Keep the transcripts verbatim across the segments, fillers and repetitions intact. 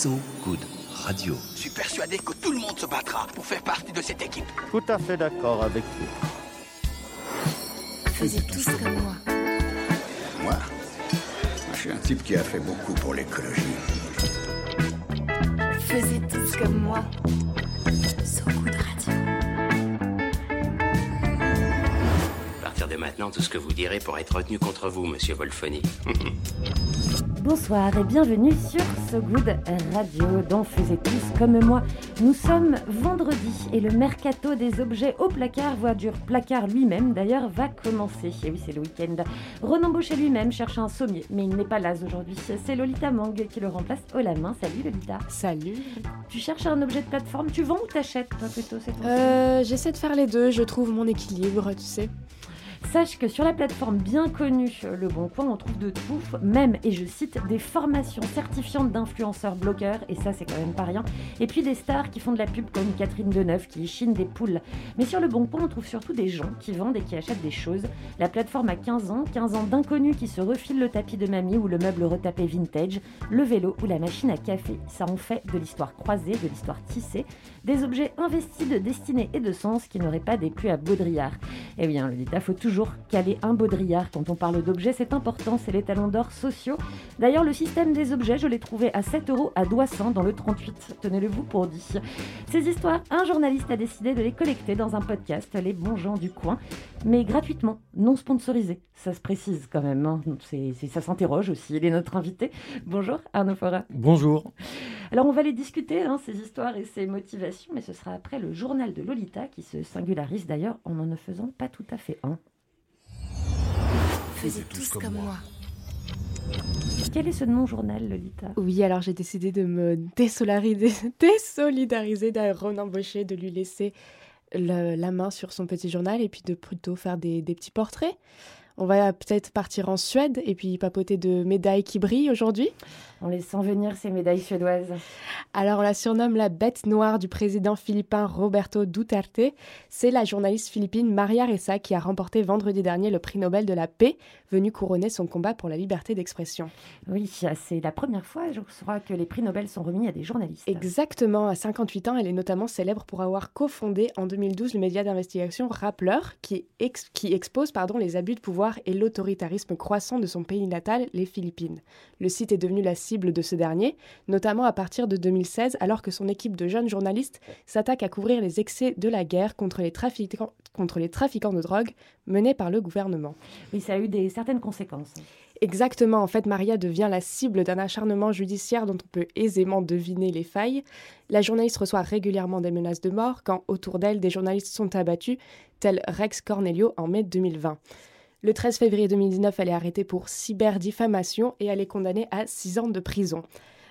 So Good Radio. Je suis persuadé que tout le monde se battra pour faire partie de cette équipe. Tout à fait d'accord avec vous. Faisiez tous comme moi. Moi, je suis un type qui a fait beaucoup pour l'écologie. Faisiez tous comme moi. So Good Radio. À partir de maintenant, tout ce que vous direz pourra être retenu contre vous, monsieur Wolfoni. Bonsoir et bienvenue sur So Good Radio, dont faisait tous comme moi. Nous sommes vendredi et le mercato des objets au placard, voire du placard lui-même d'ailleurs, va commencer. Et oui, c'est le week-end. Ronan Baucher lui-même cherche un sommier, mais il n'est pas là aujourd'hui. C'est Lolita Mang qui le remplace haut la main. Salut Lolita. Salut. Tu cherches un objet de plateforme, tu vends ou t'achètes toi plutôt cette fois-ci ? euh, J'essaie de faire les deux, je trouve mon équilibre, tu sais. Sache que sur la plateforme bien connue Le Bon Coin, on trouve de tout, même, et je cite, des formations certifiantes d'influenceurs blogueurs, et ça c'est quand même pas rien, et puis des stars qui font de la pub comme Catherine Deneuve qui chine des poules. Mais sur Le Bon Coin, on trouve surtout des gens qui vendent et qui achètent des choses. La plateforme a quinze ans, quinze ans d'inconnus qui se refilent le tapis de mamie ou le meuble retapé vintage, le vélo ou la machine à café. Ça en fait de l'histoire croisée, de l'histoire tissée, des objets investis de destinée et de sens qui n'auraient pas déplu à Baudrillard. Eh bien, Lolita, faut toujours caler un Baudrillard quand on parle d'objets, c'est important, c'est les talons d'or sociaux. D'ailleurs, le système des objets, je l'ai trouvé à sept euros à Doissin dans le trente-huit. Tenez-le-vous pour dit. Ces histoires, un journaliste a décidé de les collecter dans un podcast, Les Bons Gens du Coin, mais gratuitement, non sponsorisé. Ça se précise quand même, hein. c'est, c'est, ça s'interroge aussi. Il est notre invité. Bonjour Arnaud Fora. Bonjour. Alors on va les discuter, hein, ces histoires et ces motivations, mais ce sera après le journal de Lolita, qui se singularise d'ailleurs en en ne faisant pas tout à fait un. Faisiez tous comme moi. Quel est ce non-journal, Lolita ? Oui, alors j'ai décidé de me désolariser, désolidariser d'un Ronan Baucher, de lui laisser le, la main sur son petit journal et puis de plutôt faire des, des petits portraits. On va peut-être partir en Suède et puis papoter de médailles qui brillent aujourd'hui. En laissant venir ces médailles suédoises. Alors on la surnomme la bête noire du président philippin Roberto Duterte. C'est la journaliste philippine Maria Ressa qui a remporté vendredi dernier le prix Nobel de la paix, venu couronner son combat pour la liberté d'expression. Oui, c'est la première fois, je crois, que les prix Nobel sont remis à des journalistes. Exactement, à cinquante-huit ans, elle est notamment célèbre pour avoir cofondé en deux mille douze le média d'investigation Rappler, qui, ex- qui expose pardon, les abus de pouvoir et l'autoritarisme croissant de son pays natal, les Philippines. Le site est devenu la cible de ce dernier, notamment à partir de deux mille seize, alors que son équipe de jeunes journalistes s'attaque à couvrir les excès de la guerre contre les trafiquants, contre les trafiquants de drogue menés par le gouvernement. Oui, ça a eu des, certaines conséquences. Exactement, en fait, Maria devient la cible d'un acharnement judiciaire dont on peut aisément deviner les failles. La journaliste reçoit régulièrement des menaces de mort quand, autour d'elle, des journalistes sont abattus, tel Rex Cornelio en mai deux mille vingt. Le treize février deux mille dix-neuf, elle est arrêtée pour cyberdifamation et elle est condamnée à six ans de prison.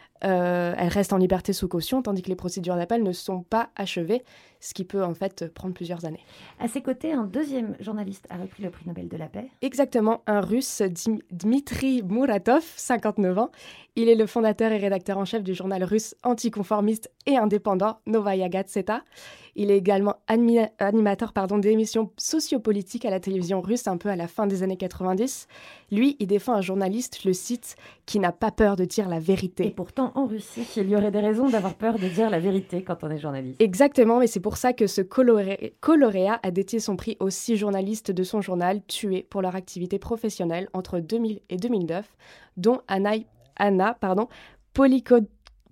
Euh, elle reste en liberté sous caution, tandis que les procédures d'appel ne sont pas achevées, ce qui peut en fait prendre plusieurs années. À ses côtés, un deuxième journaliste a repris le prix Nobel de la paix. Exactement, un Russe, Dim- Dmitri Muratov, cinquante-neuf ans. Il est le fondateur et rédacteur en chef du journal russe anticonformiste et indépendant Novaya Gazeta. Il est également anima- animateur pardon, d'émissions sociopolitiques à la télévision russe un peu à la fin des années quatre-vingt-dix. Lui, il défend un journaliste, le cite, qui n'a pas peur de dire la vérité. Et pourtant, en Russie, il y aurait des raisons d'avoir peur de dire la vérité quand on est journaliste. Exactement, mais c'est pour ça que ce coloré- coloréat a dédié son prix aux six journalistes de son journal tués pour leur activité professionnelle entre deux mille et deux mille neuf, dont Anna, Anna pardon, Polyko-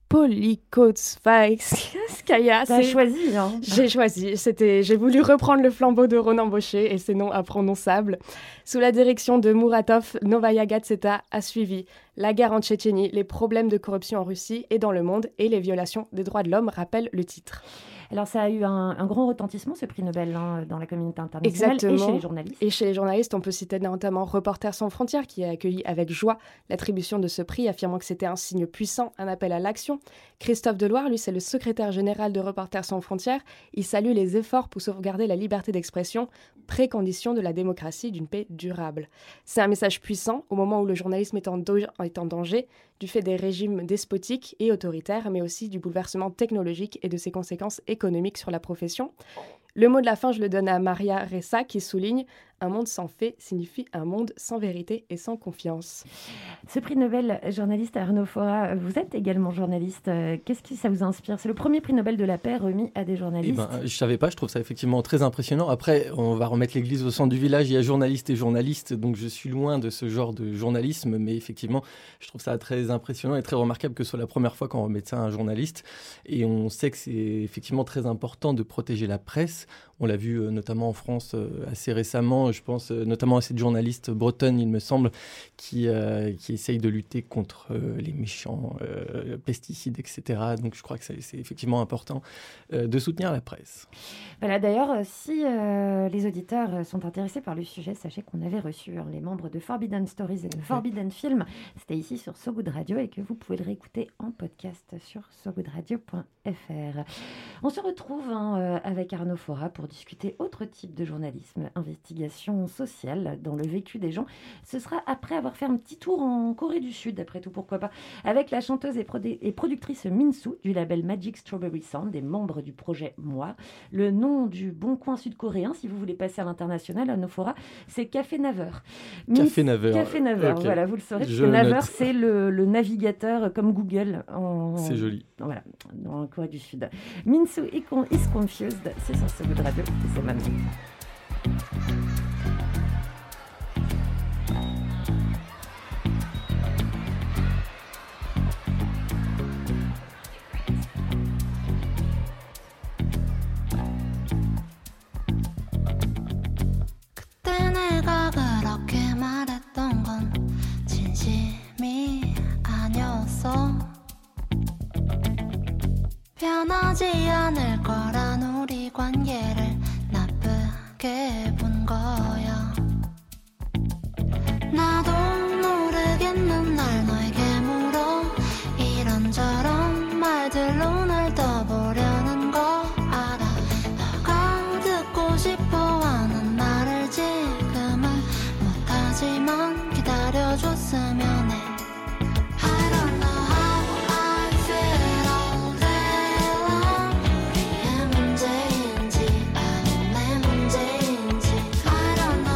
Polikotsvaïskaya. T'as choisi, hein. J'ai choisi. C'était, j'ai voulu reprendre le flambeau de Ronan Baucher et ses noms imprononçables. Sous la direction de Muratov, Novaya Gazeta a suivi la guerre en Tchétchénie, les problèmes de corruption en Russie et dans le monde et les violations des droits de l'homme, rappelle le titre. Alors ça a eu un, un grand retentissement, ce prix Nobel, hein, dans la communauté internationale. Exactement. Et chez les journalistes. Et chez les journalistes, on peut citer notamment Reporters sans frontières, qui a accueilli avec joie l'attribution de ce prix, affirmant que c'était un signe puissant, un appel à l'action. Christophe Deloire, lui, c'est le secrétaire général de Reporters sans frontières. Il salue les efforts pour sauvegarder la liberté d'expression, précondition de la démocratie, d'une paix durable. C'est un message puissant au moment où le journalisme est en, do- est en danger, du fait des régimes despotiques et autoritaires, mais aussi du bouleversement technologique et de ses conséquences économiques sur la profession. Le mot de la fin, je le donne à Maria Ressa, qui souligne Un monde sans faits signifie un monde sans vérité et sans confiance. Ce prix Nobel, journaliste Arnaud Fora, vous êtes également journaliste. Qu'est-ce qui ça vous inspire ? C'est le premier prix Nobel de la paix remis à des journalistes. Eh ben, je ne savais pas, je trouve ça effectivement très impressionnant. Après, on va remettre l'église au centre du village, il y a journalistes et journalistes, donc je suis loin de ce genre de journalisme, mais effectivement, je trouve ça très impressionnant et très remarquable que ce soit la première fois qu'on remet ça à un journaliste. Et on sait que c'est effectivement très important de protéger la presse. On l'a vu euh, notamment en France euh, assez récemment, je pense euh, notamment à cette journaliste bretonne, il me semble, qui, euh, qui essaye de lutter contre euh, les méchants euh, pesticides, et cetera. Donc je crois que c'est, c'est effectivement important euh, de soutenir la presse. Voilà, d'ailleurs, si euh, les auditeurs sont intéressés par le sujet, sachez qu'on avait reçu hein, les membres de Forbidden Stories et de Forbidden Film. C'était ici sur So Good Radio et que vous pouvez le réécouter en podcast sur so good radio point f r. On se retrouve hein, avec Arnaud Fora pour discuter autre type de journalisme, investigation sociale dans le vécu des gens. Ce sera après avoir fait un petit tour en Corée du Sud, après tout, pourquoi pas, avec la chanteuse et, prodé- et productrice Minsu du label Magic Strawberry Sound, des membres du projet Moi. Le nom du bon coin sud-coréen, si vous voulez passer à l'international, Arnaud Fora, c'est Café Naver. Café Naver. Café Naver, okay. Voilà, vous le saurez. Je Naver, note. c'est le, le navigateur comme Google. En, c'est joli. Voilà, dans la Corée du Sud. Minsu is Confused, c'est sur So Good Radio, et c'est maintenant. 그때 내가 그렇게 말했던 건 진심이 아니었어. 변하지 않을 거란 우리 관계를 나쁘게 본 거야. 나도 모르겠는 날 너에게 물어 이런저런 말들로 날 떠보려는 거 알아. 너가 듣고 싶어 하는 말을 지금은 못하지만 기다려줬으면 해. I don't know how I feel all day long. 우리의 문제인지 아님 내 문제인지 I don't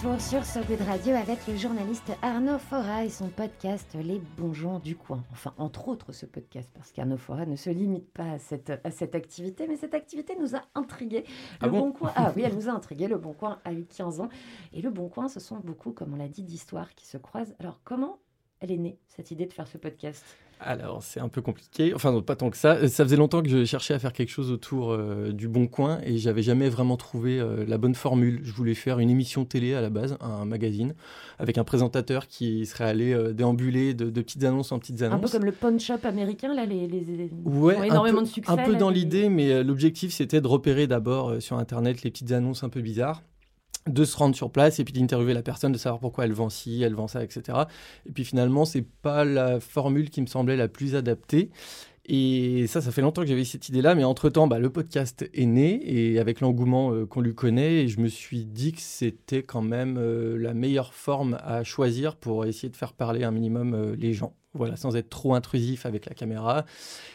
retour sur So Good Radio avec le journaliste Arnaud Fora et son podcast Les Bons Jours du Coin. Enfin, entre autres ce podcast, parce qu'Arnaud Fora ne se limite pas à cette, à cette activité, mais cette activité nous a intrigués. Le Ah bon Bon Coin, ah oui, elle nous a intrigués. Le Bon Coin a eu quinze ans. Et Le Bon Coin, ce sont beaucoup, comme on l'a dit, d'histoires qui se croisent. Alors, comment elle est née, cette idée de faire ce podcast ? Alors, c'est un peu compliqué. Enfin, non, pas tant que ça. Ça faisait longtemps que je cherchais à faire quelque chose autour euh, du Bon Coin et j'avais jamais vraiment trouvé euh, la bonne formule. Je voulais faire une émission télé à la base, un magazine, avec un présentateur qui serait allé euh, déambuler de, de petites annonces en petites annonces. Un peu comme le pawn shop américain, là, les, les, les... Ouais, ont énormément un peu, de succès. un peu là, dans les... l'idée, mais euh, l'objectif, c'était de repérer d'abord euh, sur Internet les petites annonces un peu bizarres, de se rendre sur place et puis d'interviewer la personne, de savoir pourquoi elle vend ci, elle vend ça, et cetera. Et puis finalement, c'est pas la formule qui me semblait la plus adaptée. Et ça, ça fait longtemps que j'avais cette idée-là, mais entre-temps, bah, le podcast est né, et avec l'engouement euh, qu'on lui connaît, et je me suis dit que c'était quand même euh, la meilleure forme à choisir pour essayer de faire parler un minimum euh, les gens. Voilà, sans être trop intrusif avec la caméra.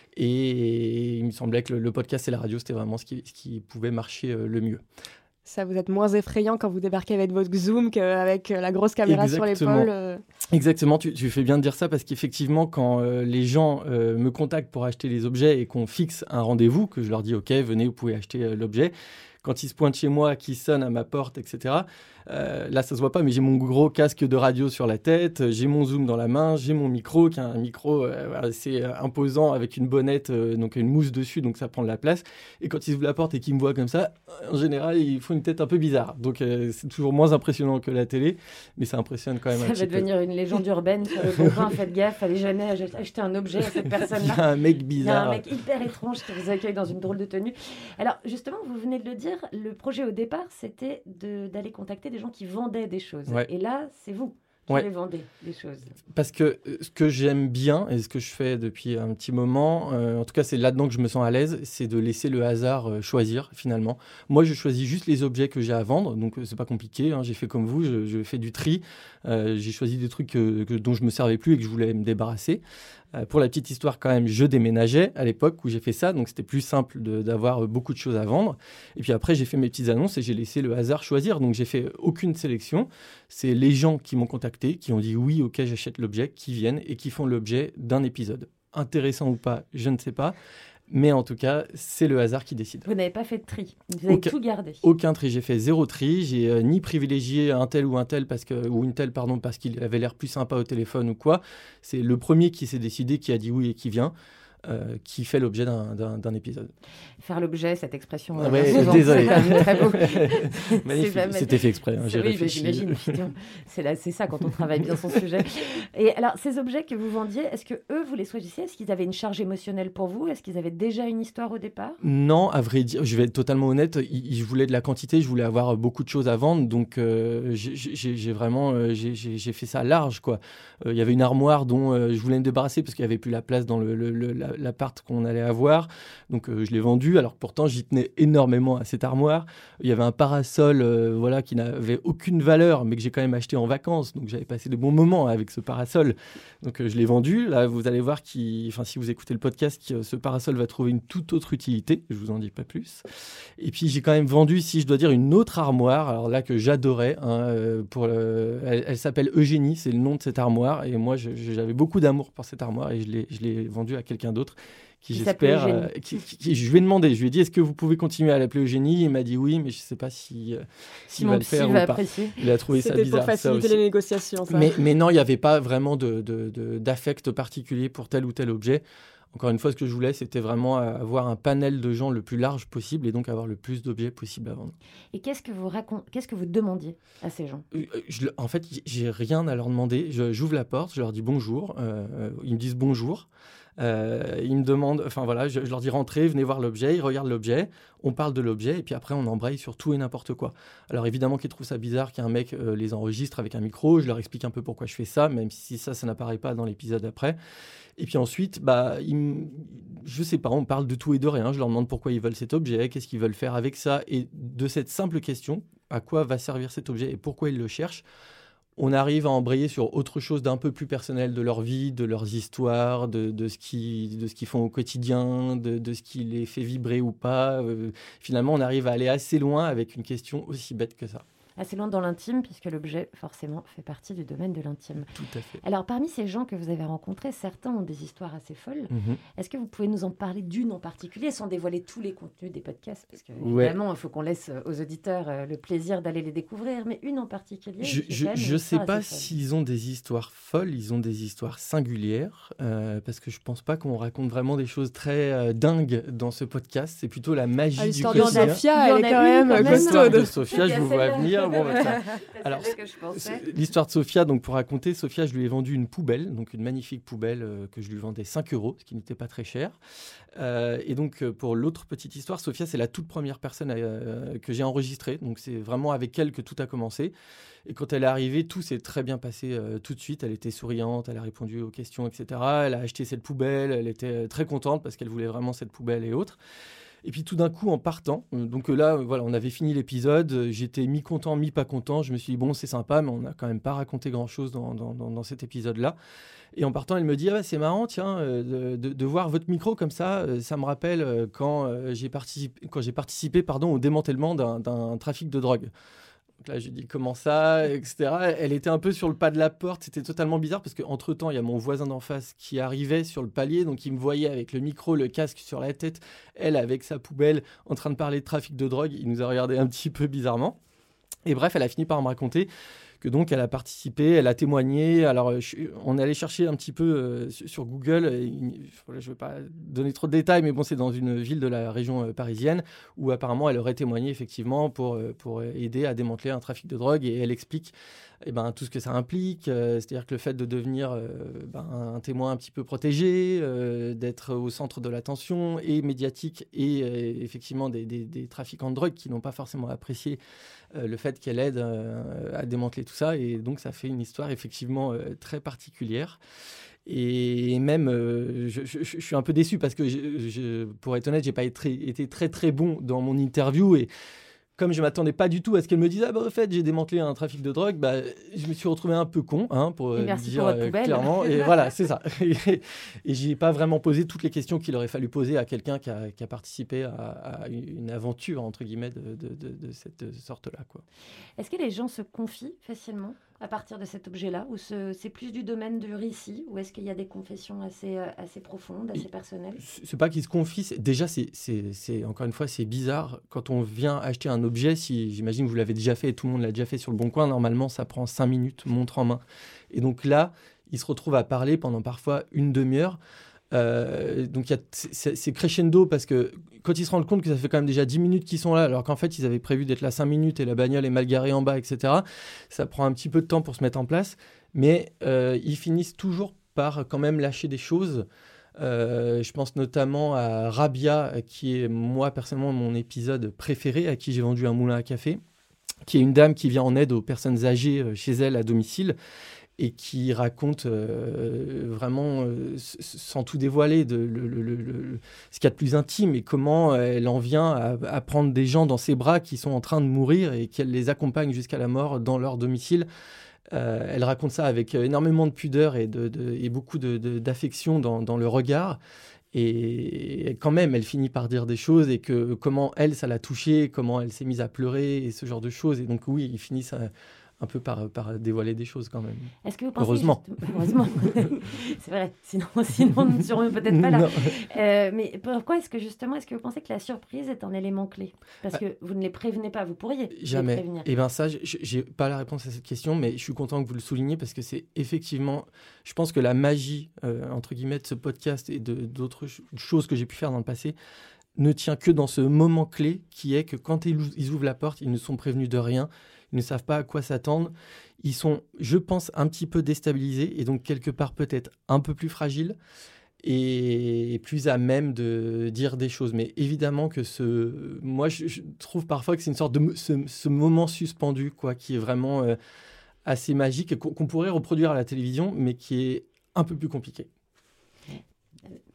Et il me semblait que le, le podcast et la radio, c'était vraiment ce qui, ce qui pouvait marcher euh, le mieux. Ça, vous êtes moins effrayant quand vous débarquez avec votre Zoom qu'avec la grosse caméra Exactement. sur l'épaule. Euh... Exactement, tu, tu fais bien de dire ça parce qu'effectivement, quand euh, les gens euh, me contactent pour acheter les objets et qu'on fixe un rendez-vous, que je leur dis « Ok, venez, vous pouvez acheter euh, l'objet », quand ils se pointent chez moi, qu'ils sonnent à ma porte, et cetera, euh, là, ça se voit pas, mais j'ai mon gros casque de radio sur la tête, j'ai mon Zoom dans la main, j'ai mon micro, qui est un micro euh, assez imposant avec une bonnette, euh, donc une mousse dessus, donc ça prend de la place. Et quand ils ouvrent la porte et qu'ils me voient comme ça, en général, ils font une tête un peu bizarre. Donc, euh, c'est toujours moins impressionnant que la télé, mais ça impressionne quand même ça un petit peu. Ça va devenir une légende urbaine sur le Bon Coin. Faites gaffe, allez jamais acheter un objet à cette personne-là. Il y a un mec bizarre. Il y a un mec hyper étrange qui vous accueille dans une drôle de tenue. Alors, justement, vous venez de le dire, le projet au départ, c'était de, d'aller contacter des gens qui vendaient des choses. Ouais. Et là, c'est vous qui ouais. les vendez, des choses. Parce que euh, ce que j'aime bien, et ce que je fais depuis un petit moment, euh, en tout cas, c'est là-dedans que je me sens à l'aise, c'est de laisser le hasard euh, choisir, finalement. Moi, je choisis juste les objets que j'ai à vendre, donc euh, c'est pas compliqué, hein, j'ai fait comme vous, je, je fais du tri, euh, j'ai choisi des trucs que, que, dont je me servais plus et que je voulais me débarrasser. Euh, pour la petite histoire, quand même, je déménageais à l'époque où j'ai fait ça, donc c'était plus simple de, d'avoir beaucoup de choses à vendre. Et puis après, j'ai fait mes petites annonces et j'ai laissé le hasard choisir. Donc j'ai fait aucune sélection. C'est les gens qui m'ont contacté, qui ont dit oui, ok, j'achète l'objet, qui viennent et qui font l'objet d'un épisode. Intéressant ou pas, je ne sais pas. Mais en tout cas, c'est le hasard qui décide. Vous n'avez pas fait de tri, vous avez aucun, tout gardé. Aucun tri, j'ai fait zéro tri. J'ai euh, ni privilégié un tel ou un tel parce que, ou une telle pardon parce qu'il avait l'air plus sympa au téléphone ou quoi. C'est le premier qui s'est décidé, qui a dit oui et qui vient. Euh, qui fait l'objet d'un, d'un, d'un épisode. Faire l'objet, cette expression. Ah ouais, euh, désolé. C'est très beau. Magnifique. C'est C'était fait exprès. Hein, j'ai oui, réfléchi. J'imagine. C'est, là, c'est ça quand on travaille bien son sujet. Et alors, ces objets que vous vendiez, est-ce que eux, vous les choisissiez ? Est-ce qu'ils avaient une charge émotionnelle pour vous ? Est-ce qu'ils avaient déjà une histoire au départ ? Non, à vrai dire, je vais être totalement honnête. Je voulais de la quantité, je voulais avoir beaucoup de choses à vendre, donc euh, j'ai, j'ai, j'ai vraiment, euh, j'ai, j'ai, j'ai fait ça large, quoi. Il euh, y avait une armoire dont euh, je voulais me débarrasser parce qu'il n'y avait plus la place dans le, le, le la, l'appart qu'on allait avoir, donc euh, je l'ai vendu, alors que pourtant j'y tenais énormément à cette armoire. Il y avait un parasol euh, voilà, qui n'avait aucune valeur, mais que j'ai quand même acheté en vacances, donc j'avais passé de bons moments avec ce parasol, donc euh, je l'ai vendu. Là, vous allez voir, enfin, si vous écoutez le podcast, que ce parasol va trouver une toute autre utilité, je vous en dis pas plus. Et puis j'ai quand même vendu, si je dois dire, une autre armoire, alors là que j'adorais, hein, euh, pour le... elle, elle s'appelle Eugénie, c'est le nom de cette armoire, et moi je, j'avais beaucoup d'amour pour cette armoire, et je l'ai, je l'ai vendue à quelqu'un d'autre, qui, qui j'espère, euh, qui, qui, qui, je lui ai demandé, je lui ai dit, est-ce que vous pouvez continuer à l'appeler Eugénie ? Il m'a dit oui, mais je ne sais pas si, euh, s'il Mon va le faire ou va pas. Apprécier. Il a trouvé C'était ça bizarre. C'était pour faciliter ça les négociations, ça. Mais, mais non, il n'y avait pas vraiment de, de, de, d'affect particulier pour tel ou tel objet. Encore une fois, ce que je voulais, c'était vraiment avoir un panel de gens le plus large possible et donc avoir le plus d'objets possible à vendre. Et qu'est-ce que vous racont... qu'est-ce que vous demandiez à ces gens ? je, En fait, j'ai rien à leur demander. Je, j'ouvre la porte, je leur dis bonjour. Euh, ils me disent bonjour. Euh, ils me demandent, enfin voilà, je, je leur dis rentrez, venez voir l'objet, ils regardent l'objet, on parle de l'objet et puis après on embraye sur tout et n'importe quoi. Alors évidemment qu'ils trouvent ça bizarre qu'un mec euh, les enregistre avec un micro, je leur explique un peu pourquoi je fais ça, même si ça, ça n'apparaît pas dans l'épisode après. Et puis ensuite, bah, ils, je sais pas, on parle de tout et de rien, je leur demande pourquoi ils veulent cet objet, qu'est-ce qu'ils veulent faire avec ça, et de cette simple question, à quoi va servir cet objet et pourquoi ils le cherchent, on arrive à embrayer sur autre chose d'un peu plus personnel de leur vie, de leurs histoires, de, de, ce, qui, de ce qu'ils font au quotidien, de, de ce qui les fait vibrer ou pas. Euh, finalement, on arrive à aller assez loin avec une question aussi bête que ça. assez loin dans l'intime, puisque l'objet, forcément, fait partie du domaine de l'intime. Tout à fait. Alors, parmi ces gens que vous avez rencontrés, certains ont des histoires assez folles. Mm-hmm. Est-ce que vous pouvez nous en parler d'une en particulier, sans dévoiler tous les contenus des podcasts? Parce que, ouais. évidemment, il faut qu'on laisse aux auditeurs euh, le plaisir d'aller les découvrir, mais une en particulier. Je ne sais pas s'ils ont des histoires folles, ils ont des histoires singulières, euh, parce que je ne pense pas qu'on raconte vraiment des choses très euh, dingues dans ce podcast. C'est plutôt la magie ah, du quotidien. L'histoire de Sophia, elle est quand même costaud. L'histoire de Sophia, je vous vois venir. Bon, bah, ça... Alors, que je pensais. L'histoire de Sophia, donc pour raconter, Sophia, je lui ai vendu une poubelle, donc une magnifique poubelle euh, que je lui vendais cinq euros, ce qui n'était pas très cher. Euh, et donc, euh, pour l'autre petite histoire, Sophia, c'est la toute première personne euh, que j'ai enregistrée. Donc, c'est vraiment avec elle que tout a commencé. Et quand elle est arrivée, tout s'est très bien passé euh, tout de suite. Elle était souriante, elle a répondu aux questions, et cetera. Elle a acheté cette poubelle, elle était très contente parce qu'elle voulait vraiment cette poubelle et autres. Et puis tout d'un coup, en partant, euh, donc là, euh, voilà, on avait fini l'épisode, euh, j'étais mi-content, mi-pas content. Je me suis dit, bon, c'est sympa, mais on n'a quand même pas raconté grand-chose dans, dans, dans, dans cet épisode-là. Et en partant, elle me dit, ah, c'est marrant, tiens, euh, de, de voir votre micro comme ça, euh, ça me rappelle euh, quand, euh, j'ai participé, quand j'ai participé pardon, au démantèlement d'un, d'un trafic de drogue. Donc là, j'ai dit comment ça, et cetera. Elle était un peu sur le pas de la porte. C'était totalement bizarre parce qu'entre-temps, il y a mon voisin d'en face qui arrivait sur le palier. Donc, il me voyait avec le micro, le casque sur la tête. Elle, avec sa poubelle, en train de parler de trafic de drogue. Il nous a regardé un petit peu bizarrement. Et bref, elle a fini par me raconter que donc elle a participé, elle a témoigné. Alors, je, on est allé chercher un petit peu euh, sur, sur Google. Et, je ne vais pas donner trop de détails, mais bon, c'est dans une ville de la région euh, parisienne où apparemment elle aurait témoigné effectivement pour, pour aider à démanteler un trafic de drogue. Et elle explique eh ben, tout ce que ça implique. Euh, c'est-à-dire que le fait de devenir euh, ben, un témoin un petit peu protégé, euh, d'être au centre de l'attention et médiatique et euh, effectivement des, des, des trafiquants de drogue qui n'ont pas forcément apprécié euh, le fait qu'elle aide euh, à démanteler tout ça. Et donc, ça fait une histoire effectivement euh, très particulière. Et même, euh, je, je, je suis un peu déçu parce que, je, je, pour être honnête, je n'ai pas été, été très, très bon dans mon interview. Et comme je ne m'attendais pas du tout à ce qu'elle me dise « Ah bah, au fait, j'ai démantelé un trafic de drogue bah, », je me suis retrouvé un peu con, hein, pour et euh, merci dire pour votre euh, poubelle. clairement. Et voilà, c'est ça. Et, et je n'ai pas vraiment posé toutes les questions qu'il aurait fallu poser à quelqu'un qui a, qui a participé à, à une aventure, entre guillemets, de, de, de, de cette sorte-là, quoi. Est-ce que les gens se confient facilement à partir de cet objet-là, ou ce, c'est plus du domaine du récit, ou est-ce qu'il y a des confessions assez, assez profondes, assez personnelles? C'est pas qu'ils se confient, c'est, déjà, c'est, c'est, c'est, encore une fois, c'est bizarre. Quand on vient acheter un objet, si, j'imagine que vous l'avez déjà fait, et tout le monde l'a déjà fait sur le Bon Coin, normalement, ça prend cinq minutes, montre en main. Et donc là, ils se retrouvent à parler pendant parfois une demi-heure. Euh, donc y a, c'est, c'est crescendo parce que quand ils se rendent compte que ça fait quand même déjà dix minutes qu'ils sont là, alors qu'en fait ils avaient prévu d'être là cinq minutes et la bagnole est mal garée en bas, et cetera. Ça prend un petit peu de temps pour se mettre en place, mais euh, ils finissent toujours par quand même lâcher des choses. Euh, je pense notamment à Rabia, qui est moi personnellement mon épisode préféré, à qui j'ai vendu un moulin à café, qui est une dame qui vient en aide aux personnes âgées chez elle à domicile, et qui raconte euh, vraiment, euh, sans tout dévoiler, de, le, le, le, ce qu'il y a de plus intime et comment elle en vient à, à prendre des gens dans ses bras qui sont en train de mourir et qu'elle les accompagne jusqu'à la mort dans leur domicile. Euh, elle raconte ça avec énormément de pudeur et, de, de, et beaucoup de, de, d'affection dans, dans le regard. Et quand même, elle finit par dire des choses et que comment elle, ça l'a touchée, comment elle s'est mise à pleurer et ce genre de choses. Et donc oui, ils finissent à... un peu par, par dévoiler des choses quand même. Est-ce que vous pensez Heureusement. Juste... Heureusement. C'est vrai, sinon, sinon nous ne serions peut-être pas là. Euh, mais pourquoi est-ce que justement, est-ce que vous pensez que la surprise est un élément clé? Parce que vous ne les prévenez pas, vous pourriez Jamais. les prévenir. Et bien ça, je n'ai pas la réponse à cette question, mais je suis content que vous le souligniez parce que c'est effectivement, je pense que la magie, euh, entre guillemets, de ce podcast et de, d'autres ch- choses que j'ai pu faire dans le passé, ne tient que dans ce moment clé qui est que quand ils, ils ouvrent la porte, ils ne sont prévenus de rien. Ils ne savent pas à quoi s'attendre. Ils sont, je pense, un petit peu déstabilisés et donc quelque part peut-être un peu plus fragiles et plus à même de dire des choses. Mais évidemment que ce... Moi, je, je trouve parfois que c'est une sorte de... Ce, ce moment suspendu, quoi, qui est vraiment euh, assez magique et qu'on, qu'on pourrait reproduire à la télévision, mais qui est un peu plus compliqué.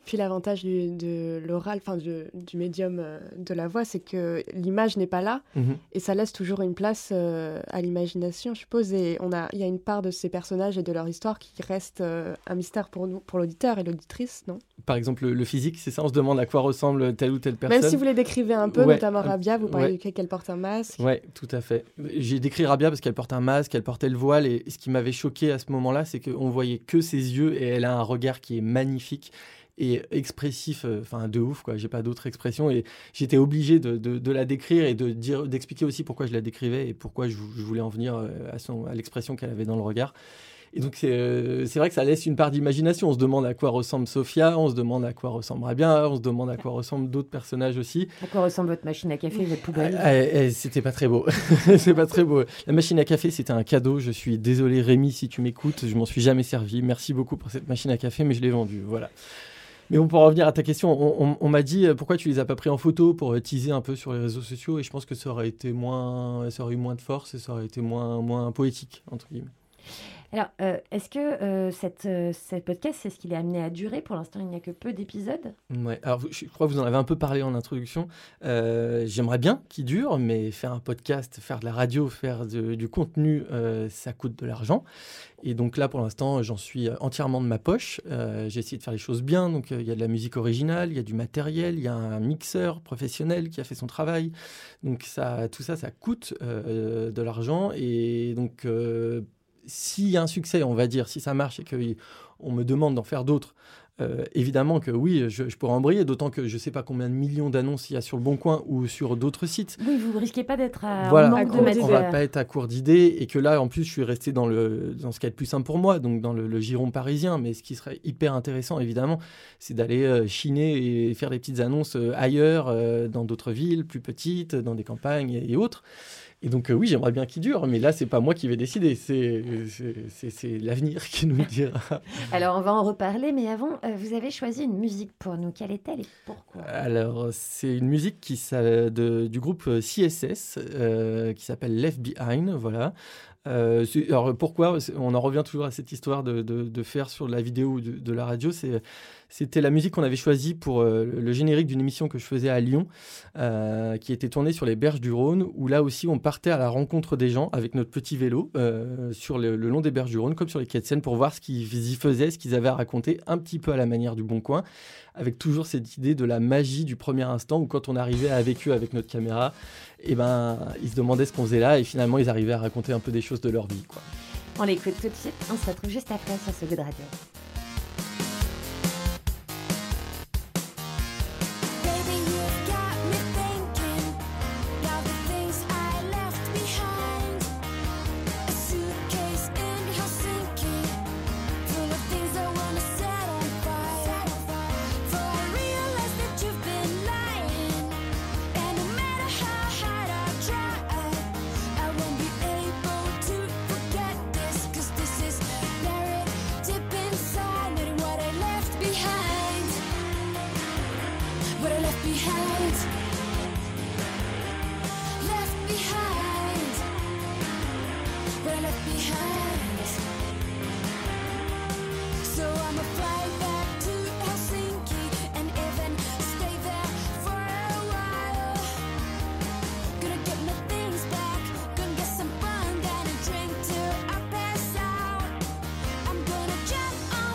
Puis l'avantage du, de l'oral, enfin du, du médium euh, de la voix, c'est que l'image n'est pas là mmh. et ça laisse toujours une place euh, à l'imagination, je suppose. Et on a, il y a une part de ces personnages et de leur histoire qui reste euh, un mystère pour nous, pour l'auditeur et l'auditrice, non ? Par exemple, le, le physique, c'est ça, on se demande à quoi ressemble telle ou telle personne. Même si vous les décrivez un peu, ouais, notamment Rabia, vous parlez ouais. du fait qu'elle porte un masque. Oui, tout à fait. J'ai décrit Rabia parce qu'elle porte un masque, elle portait le voile, et ce qui m'avait choqué à ce moment-là, c'est qu'on voyait que ses yeux et elle a un regard qui est magnifique et expressif, enfin euh, de ouf, quoi. J'ai pas d'autre expression et j'étais obligé de, de, de la décrire et de dire, d'expliquer aussi pourquoi je la décrivais et pourquoi je, je voulais en venir à, son, à l'expression qu'elle avait dans le regard. Et donc c'est, euh, c'est vrai que ça laisse une part d'imagination. On se demande à quoi ressemble Sophia, on se demande à quoi ressemble Rabia, on se demande à quoi ressemblent d'autres personnages aussi. À quoi ressemble votre machine à café, votre poubelle ? ah, ah, C'était pas très beau. C'est pas très beau. La machine à café, c'était un cadeau. Je suis désolé Rémi si tu m'écoutes, je m'en suis jamais servi. Merci beaucoup pour cette machine à café, mais je l'ai vendue. Voilà. Mais bon, pour revenir à ta question, on, on, on m'a dit euh, pourquoi tu les as pas pris en photo pour euh, teaser un peu sur les réseaux sociaux, et je pense que ça aurait été moins, ça aurait eu moins de force et ça aurait été moins, moins poétique entre guillemets. Alors, euh, est-ce que euh, cette, euh, cette podcast, c'est ce qu'il est amené à durer ? Pour l'instant, il n'y a que peu d'épisodes. Ouais. Alors, je crois que vous en avez un peu parlé en introduction. Euh, j'aimerais bien qu'il dure, mais faire un podcast, faire de la radio, faire de, du contenu, euh, ça coûte de l'argent. Et donc là, pour l'instant, j'en suis entièrement de ma poche. Euh, j'ai essayé de faire les choses bien. Donc, il euh, y a de la musique originale, il y a du matériel, il y a un mixeur professionnel qui a fait son travail. Donc, ça, tout ça, ça coûte euh, de l'argent. Et donc... Euh, s'il y a un succès, on va dire, si ça marche et qu'on me demande d'en faire d'autres, euh, évidemment que oui, je, je pourrais embrayer, d'autant que je ne sais pas combien de millions d'annonces il y a sur Le Bon Coin ou sur d'autres sites. Oui, vous ne risquez pas d'être à voilà, manque de matière. On ne va pas être à court d'idées et que là, en plus, je suis resté dans, le, dans ce qui est le plus simple pour moi, donc dans le, le giron parisien. Mais ce qui serait hyper intéressant, évidemment, c'est d'aller euh, chiner et faire des petites annonces euh, ailleurs, euh, dans d'autres villes plus petites, dans des campagnes et, et autres. Et donc, euh, oui, j'aimerais bien qu'il dure, mais là, c'est pas moi qui vais décider, c'est, c'est, c'est, c'est l'avenir qui nous le dira. Alors, on va en reparler, mais avant, euh, vous avez choisi une musique pour nous. Quelle est-elle et pourquoi ? Alors, c'est une musique qui, ça, de, du groupe C S S, euh, qui s'appelle Left Behind, voilà. Euh, alors pourquoi on en revient toujours à cette histoire de, de, de faire sur la vidéo ou de, de la radio, c'est, c'était la musique qu'on avait choisie pour euh, le générique d'une émission que je faisais à Lyon, euh, qui était tournée sur les berges du Rhône, où là aussi on partait à la rencontre des gens avec notre petit vélo euh, sur le, le long des berges du Rhône, comme sur les quais de Seine, pour voir ce qu'ils y faisaient, ce qu'ils avaient à raconter, un petit peu à la manière du Bon Coin, avec toujours cette idée de la magie du premier instant, où quand on arrivait avec eux avec notre caméra, et ben, ils se demandaient ce qu'on faisait là, et finalement ils arrivaient à raconter un peu des choses de leur vie, quoi. On l'écoute tout de suite, on se retrouve juste après sur So Good Radio.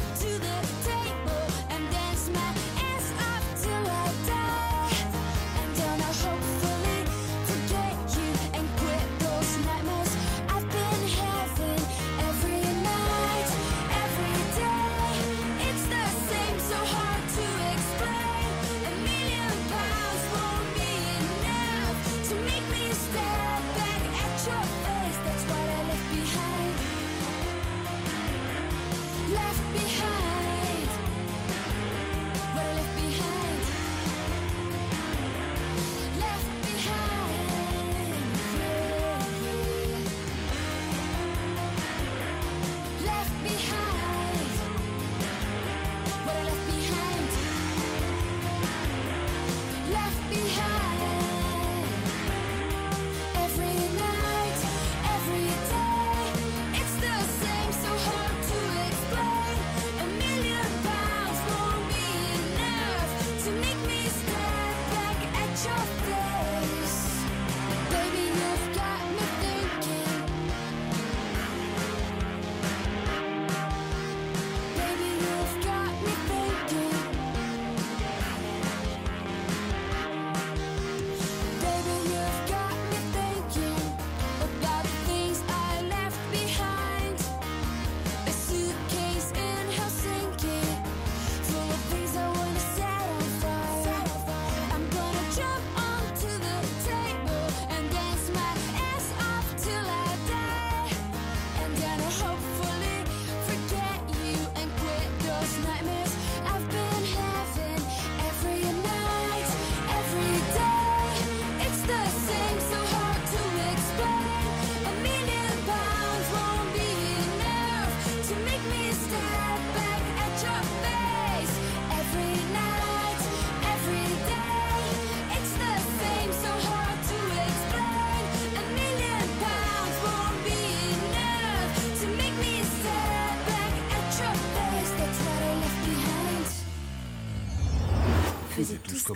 And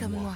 comme moi.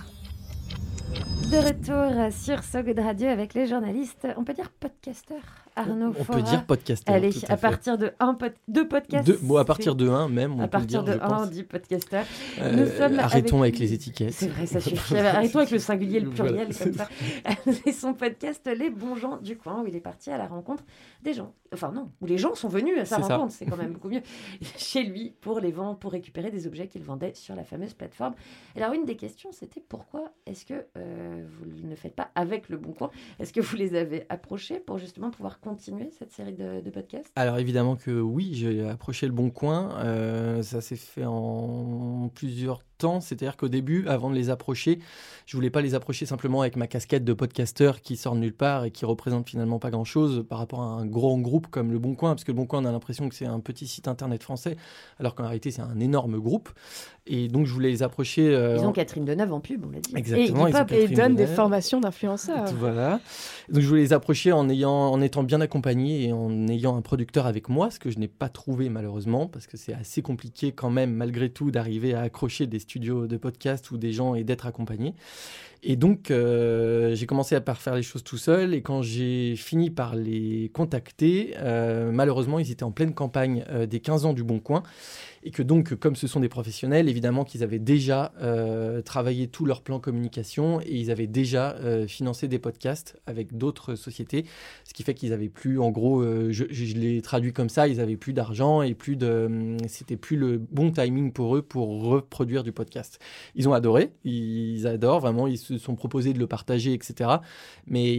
De retour sur So Good Radio avec les journalistes, on peut dire podcasteurs, Arnaud On Fora. peut dire podcasteur. Allez, tout à, à fait. partir de un pod... deux podcasts. Deux, bon, à partir de un même, on à peut le partir dire, de je un, pense. on dit podcasteur. Euh, Nous sommes arrêtons avec, avec les étiquettes. C'est vrai, ça suffit. Arrêtons avec le singulier et le pluriel, Voilà. comme ça. C'est son podcast Les Bons Gens du Coin, où il est parti à la rencontre des gens. Enfin non, où les gens sont venus à sa C'est ça. rencontre, c'est quand même beaucoup mieux. Chez lui, pour les vendre, pour récupérer des objets qu'il vendait sur la fameuse plateforme. Alors une des questions, c'était pourquoi est-ce que euh, vous ne faites pas avec Le Bon Coin? Est-ce que vous les avez approchés pour justement pouvoir continuer cette série de, de podcasts? Alors évidemment que oui, j'ai approché Le Bon Coin. Euh, ça s'est fait en plusieurs temps. C'est-à-dire qu'au début, avant de les approcher, je voulais pas les approcher simplement avec ma casquette de podcasteur qui sort de nulle part et qui représente finalement pas grand-chose par rapport à un grand groupe comme Le Bon Coin, parce que Le Bon Coin, on a l'impression que c'est un petit site internet français, alors qu'en réalité, c'est un énorme groupe. Et donc, je voulais les approcher... Euh, Ils ont en... Catherine Deneuve en pub, on l'a dit. Exactement. Et, ils ont Et ils donnent des Deneuve. formations d'influenceurs. Voilà. Donc je voulais les approcher en, ayant, en étant bien accompagné et en ayant un producteur avec moi, ce que je n'ai pas trouvé malheureusement, parce que c'est assez compliqué quand même, malgré tout, d'arriver à accrocher des studios de podcast ou des gens et d'être accompagné. Et donc, euh, j'ai commencé à par faire les choses tout seul. Et quand j'ai fini par les contacter, euh, malheureusement, ils étaient en pleine campagne euh, des quinze ans du Bon Coin. Et que donc, comme ce sont des professionnels, évidemment qu'ils avaient déjà euh, travaillé tout leur plan communication et ils avaient déjà euh, financé des podcasts avec d'autres sociétés. Ce qui fait qu'ils n'avaient plus, en gros, euh, je, je l'ai traduit comme ça, ils n'avaient plus d'argent et plus de, c'était plus le bon timing pour eux pour reproduire du podcast. Ils ont adoré, ils adorent, vraiment, ils se sont proposés de le partager, et cetera. Mais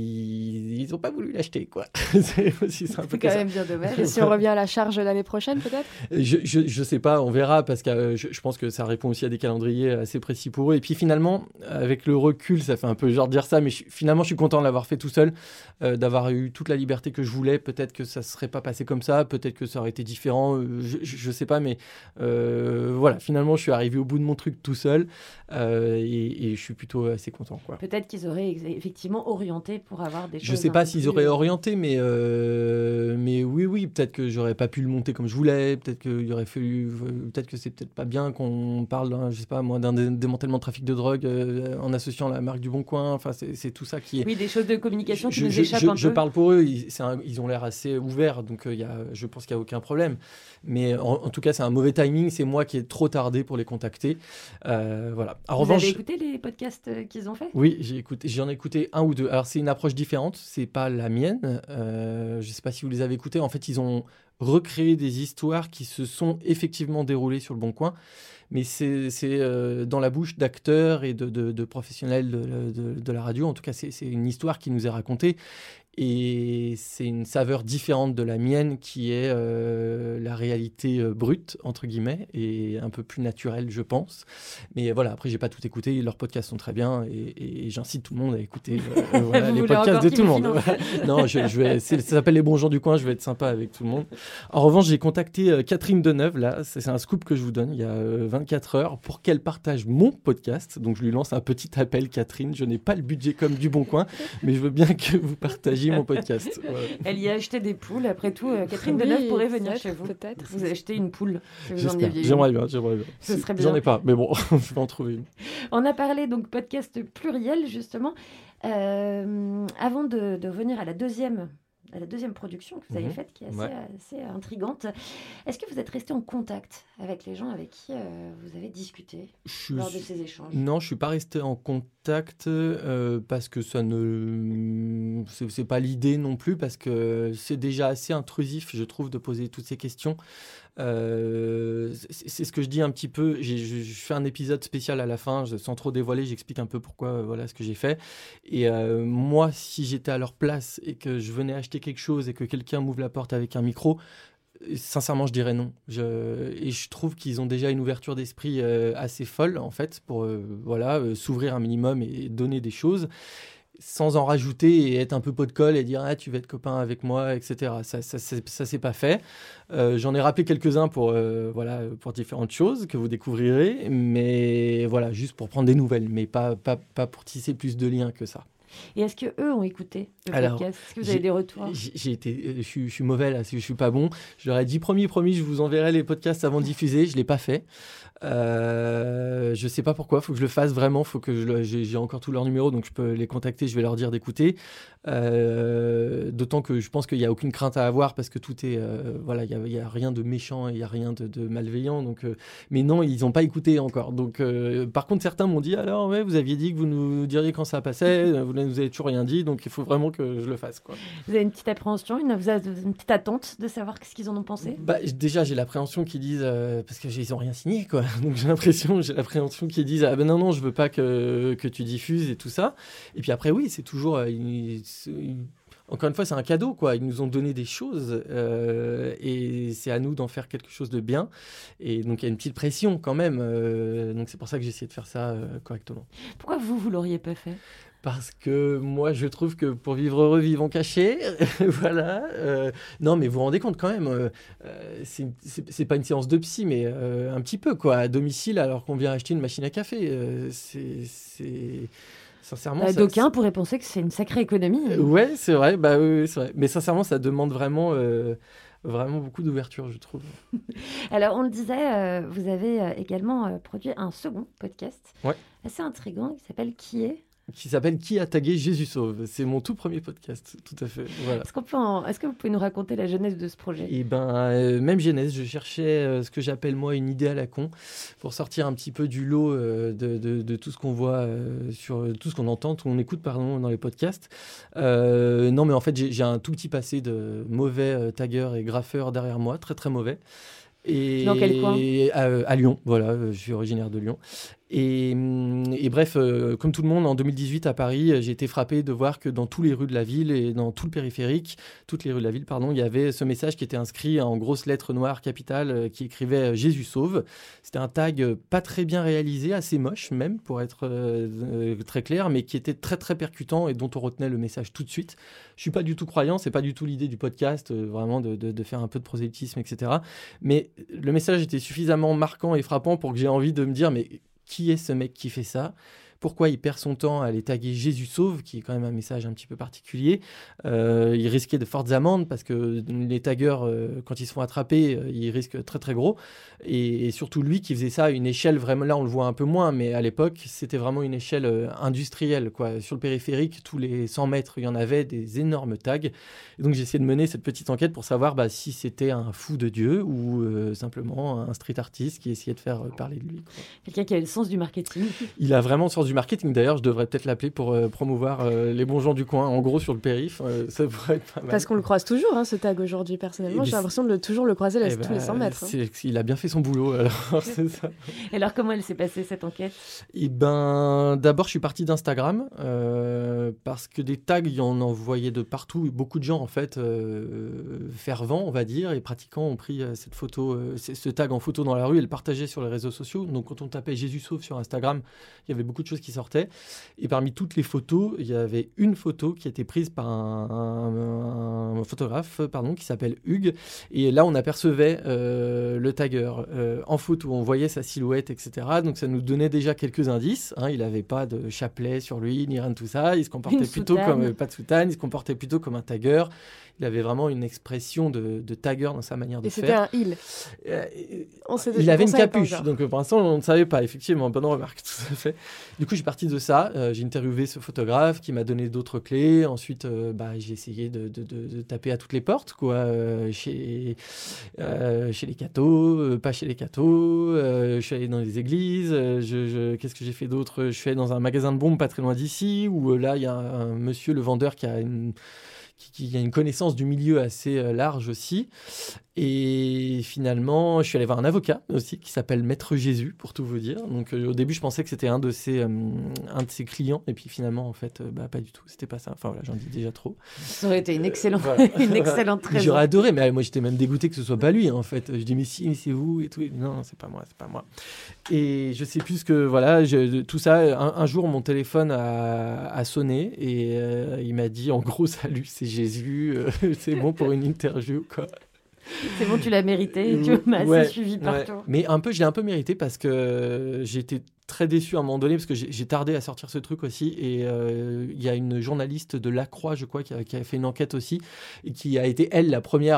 ils n'ont pas voulu l'acheter, quoi. c'est aussi simple C'est que quand ça. même bien dommage. Et si on revient à la charge l'année prochaine, peut-être? Je, je, je sais pas, on verra, parce que euh, je, je pense que ça répond aussi à des calendriers assez précis pour eux. Et puis finalement, avec le recul, ça fait un peu genre dire ça, mais je, finalement, je suis content de l'avoir fait tout seul, euh, d'avoir eu toute la liberté que je voulais. Peut-être que ça serait pas passé comme ça, peut-être que ça aurait été différent, euh, je, je, je sais pas, mais euh, voilà, finalement, je suis arrivé au bout de mon truc tout seul euh, et, et je suis plutôt assez content, quoi. Peut-être qu'ils auraient ex- effectivement orienté pour avoir des choses. Je sais un pas peu s'ils plus- auraient orienté, mais, euh, mais oui, oui, peut-être que j'aurais pas pu le monter comme je voulais, peut-être qu'il aurait fallu, peut-être que c'est peut-être pas bien qu'on parle, d'un, je sais pas moi, d'un dé- démantèlement de trafic de drogue euh, en associant la marque du Bon Coin, enfin c'est, c'est tout ça qui est... Oui, des choses de communication qui je, nous je, échappent je, un je peu. parle pour eux, ils, c'est un- ils ont l'air assez ouverts, donc euh, y a, je pense qu'il n'y a aucun problème. Mais en, en tout cas, c'est un mauvais timing, c'est moi qui ai trop tardé pour les contacter. Euh, voilà. En Vous revanche, avez écouté les podcasts euh, qu'ils ont fait? oui, j'ai écouté, j'en ai écouté un ou deux. Alors, c'est une approche différente, c'est pas la mienne. Euh, je sais pas si vous les avez écoutés. En fait, ils ont recréé des histoires qui se sont effectivement déroulées sur le Bon Coin, mais c'est, c'est euh, dans la bouche d'acteurs et de, de, de professionnels de, de, de la radio. En tout cas, c'est, c'est une histoire qui nous est racontée. Et c'est une saveur différente de la mienne qui est euh, la réalité euh, brute, entre guillemets, et un peu plus naturelle, je pense. Mais voilà, après, j'ai pas tout écouté. Leurs podcasts sont très bien et, et j'incite tout le monde à écouter euh, voilà, Vous les voulez podcasts encore de qu'ils tout le vous monde. financent. Voilà. Non, je, je vais, c'est, ça s'appelle Les Bons Gens du Coin, je vais être sympa avec tout le monde. En revanche, j'ai contacté euh, Catherine Deneuve, là, c'est, c'est un scoop que je vous donne, il y a euh, vingt-quatre heures, pour qu'elle partage mon podcast. Donc, je lui lance un petit appel, Catherine. Je n'ai pas le budget comme du Bon Coin, mais je veux bien que vous partagiez mon podcast. Voilà. Elle y a acheté des poules. Après tout, euh, Catherine Oui, Deneuve pourrait venir peut-être, chez vous. peut-être. Vous avez acheté une poule. Si vous en J'espère. aviez une. J'aimerais bien, j'aimerais bien. Ce Si- serait J'en bien. ai pas, mais bon, je vais en trouver une. On a parlé donc podcast pluriel justement. Euh, avant de, de revenir à la deuxième, à la deuxième production que vous avez Mhm. faite, qui est assez, Ouais. assez intrigante, est-ce que vous êtes resté en contact avec les gens avec qui euh, vous avez discuté Je lors de suis- ces échanges? Non, je suis pas resté en contact euh, parce que ça ne, c'est, c'est pas l'idée non plus, parce que c'est déjà assez intrusif, je trouve, de poser toutes ces questions. Euh, c'est, c'est ce que je dis un petit peu. J'ai, je, je fais un épisode spécial à la fin, je- sans trop dévoiler, j'explique un peu pourquoi, euh, voilà ce que j'ai fait. Et euh, moi, si j'étais à leur place et que je venais acheter quelque chose et que quelqu'un m'ouvre la porte avec un micro, sincèrement, je dirais non. Je, et je trouve qu'ils ont déjà une ouverture d'esprit euh, assez folle, en fait, pour euh, voilà, euh, s'ouvrir un minimum et donner des choses, sans en rajouter et être un peu pot de colle et dire ah, tu veux être copain avec moi, et cetera. Ça, ça, ça, ça c'est pas fait. Euh, j'en ai rappelé quelques-uns pour, euh, voilà, pour différentes choses que vous découvrirez, mais voilà, juste pour prendre des nouvelles, mais pas, pas, pas pour tisser plus de liens que ça. Et est-ce que eux ont écouté le Alors, podcast? Est-ce que vous avez j'ai- des retours? J'ai, j'ai été, je, suis, je suis mauvais là, je suis pas bon. Je leur ai dit promis, promis, je vous enverrai les podcasts avant de diffuser. Je l'ai pas fait. Euh, je sais pas pourquoi, faut que je le fasse vraiment, faut que je le, j'ai, j'ai encore tous leurs numéros, donc je peux les contacter, je vais leur dire d'écouter. Euh, d'autant que je pense qu'il n'y a aucune crainte à avoir parce que tout est, euh, voilà, il n'y a, a rien de méchant, il n'y a rien de, de malveillant. Donc, euh, mais non, ils n'ont pas écouté encore. Donc, euh, par contre, certains m'ont dit alors, ouais, vous aviez dit que vous nous diriez quand ça passait, vous ne nous avez toujours rien dit, donc il faut vraiment que je le fasse, quoi. Vous avez une petite appréhension, une, vous avez une petite attente de savoir ce qu'ils en ont pensé? Bah, déjà, j'ai l'appréhension qu'ils disent, euh, parce qu'ils n'ont rien signé, quoi. Donc j'ai l'impression, j'ai l'appréhension qu'ils disent ah ben non, non, je veux pas que, que tu diffuses et tout ça. Et puis après, oui, c'est toujours. Euh, une, une, encore une fois, c'est un cadeau, quoi. Ils nous ont donné des choses euh, et c'est à nous d'en faire quelque chose de bien. Et donc il y a une petite pression quand même. Euh, donc c'est pour ça que j'ai essayé de faire ça euh, correctement. Pourquoi vous, vous l'auriez pas fait? Parce que moi, je trouve que pour vivre heureux, vivons cachés. Voilà. Euh, non, mais vous vous rendez compte quand même, euh, c'est, c'est, c'est pas une séance de psy, mais euh, un petit peu, quoi, à domicile, alors qu'on vient acheter une machine à café. Euh, c'est, c'est... Sincèrement, bah, ça, d'aucuns pourraient penser que c'est une sacrée économie. Euh, ouais, c'est vrai. Bah, oui, c'est vrai. Mais sincèrement, ça demande vraiment... Euh, Vraiment beaucoup d'ouverture, je trouve. Alors, on le disait, euh, vous avez euh, également euh, produit un second podcast ouais. assez intriguant qui s'appelle Qui est qui s'appelle Qui a tagué Jésus sauve. C'est mon tout premier podcast, tout à fait. Voilà. Est-ce, qu'on peut en... Est-ce que vous pouvez nous raconter la genèse de ce projet ? Eh ben, euh, même genèse, je cherchais euh, ce que j'appelle moi une idée à la con pour sortir un petit peu du lot euh, de, de, de tout ce qu'on voit, euh, sur tout ce qu'on entend, tout ce qu'on écoute pardon, dans les podcasts. Euh, non, mais en fait, j'ai, j'ai un tout petit passé de mauvais euh, tagueur et graffeur derrière moi, très très mauvais. Et dans quel coin ? à, à Lyon, voilà, je suis originaire de Lyon. Et, et bref, euh, comme tout le monde, en deux mille dix-huit à Paris, j'ai été frappé de voir que dans toutes les rues de la ville et dans tout le périphérique, toutes les rues de la ville, pardon, il y avait ce message qui était inscrit en grosses lettres noires capitales euh, qui écrivait « Jésus sauve ». C'était un tag pas très bien réalisé, assez moche même, pour être euh, euh, très clair, mais qui était très très percutant et dont on retenait le message tout de suite. Je suis pas du tout croyant, c'est pas du tout l'idée du podcast, euh, vraiment de, de, de faire un peu de prosélytisme, et cetera. Mais le message était suffisamment marquant et frappant pour que j'ai envie de me dire « mais qui est ce mec qui fait ça ? Pourquoi il perd son temps à aller taguer Jésus sauve, qui est quand même un message un petit peu particulier. Euh, il risquait de fortes amendes parce que les taggeurs, euh, quand ils se font attraper, euh, ils risquent très très gros. Et, et surtout lui qui faisait ça à une échelle vraiment, là on le voit un peu moins, mais à l'époque c'était vraiment une échelle euh, industrielle, quoi. Sur le périphérique, tous les cent mètres, il y en avait des énormes tags. Et donc j'ai essayé de mener cette petite enquête pour savoir bah, si c'était un fou de Dieu ou euh, simplement un street artist qui essayait de faire euh, parler de lui, quoi. Quelqu'un qui a le sens du marketing. Il a vraiment le sens du marketing. D'ailleurs, je devrais peut-être l'appeler pour euh, promouvoir euh, les bons gens du coin, en gros, sur le périph'. Euh, ça pourrait être pas mal. Parce qu'on le croise toujours, hein, ce tag aujourd'hui, personnellement. Et j'ai c'est... l'impression de le, toujours le croiser là, eh tous ben, les cent mètres. Hein. Il a bien fait son boulot, alors. C'est ça. Et alors, comment elle s'est passée, cette enquête ? Eh ben, d'abord, je suis parti d'Instagram, euh, parce que des tags, il y en envoyait de partout. Beaucoup de gens, en fait, euh, fervents, on va dire, et pratiquants, ont pris euh, cette photo, euh, ce tag en photo dans la rue et le partageaient sur les réseaux sociaux. Donc, quand on tapait Jésus sauve sur Instagram, il y avait beaucoup de choses qui sortaient. Et parmi toutes les photos, il y avait une photo qui a été prise par un, un, un photographe pardon, qui s'appelle Hugues. Et là, on apercevait euh, le tagueur euh, en photo. On voyait sa silhouette, et cetera. Donc, ça nous donnait déjà quelques indices. Hein. Il n'avait pas de chapelet sur lui, ni rien de tout ça. Il se comportait une plutôt soutane. comme... Euh, pas de soutane. Il se comportait plutôt comme un tagueur. Il avait vraiment une expression de, de tagueur dans sa manière de et faire. Et c'était un il. Euh, on sait il avait une capuche, pas, donc pour l'instant on ne savait pas, effectivement, bonne remarque, tout à fait. Du coup je suis parti de ça, euh, j'ai interviewé ce photographe qui m'a donné d'autres clés, ensuite euh, bah, j'ai essayé de, de, de, de taper à toutes les portes, quoi, euh, chez, euh, chez les cathos, euh, pas chez les cathos, euh, je suis allé dans les églises, euh, je, je, qu'est-ce que j'ai fait d'autre ? Je suis allé dans un magasin de bombes pas très loin d'ici, où euh, là il y a un, un monsieur, le vendeur, qui a une... Qui, qui a une connaissance du milieu assez euh, large aussi. Et finalement, je suis allé voir un avocat aussi qui s'appelle Maître Jésus, pour tout vous dire. Donc euh, au début, je pensais que c'était un de ses, euh, un de ses clients. Et puis finalement, en fait, euh, bah, pas du tout. C'était pas ça. Enfin voilà, j'en dis déjà trop. Ça aurait été une excellente, euh, voilà. une excellente raison. J'aurais adoré, mais moi j'étais même dégoûté que ce soit pas lui, en fait. Je dis, mais si, mais c'est vous et tout. Et non, c'est pas moi, c'est pas moi. Et je sais plus que, voilà, je, tout ça, un, un jour, mon téléphone a, a sonné et euh, il m'a dit, en gros, salut, c'est Jésus, euh, c'est bon pour une interview, quoi. C'est bon, tu l'as mérité, tu m'as ouais, assez suivi partout. Ouais. Mais un peu, je l'ai un peu mérité parce que j'ai été très déçu à un moment donné parce que j'ai, j'ai tardé à sortir ce truc aussi et il euh, y a une journaliste de La Croix, je crois, qui a, qui a fait une enquête aussi et qui a été, elle, la première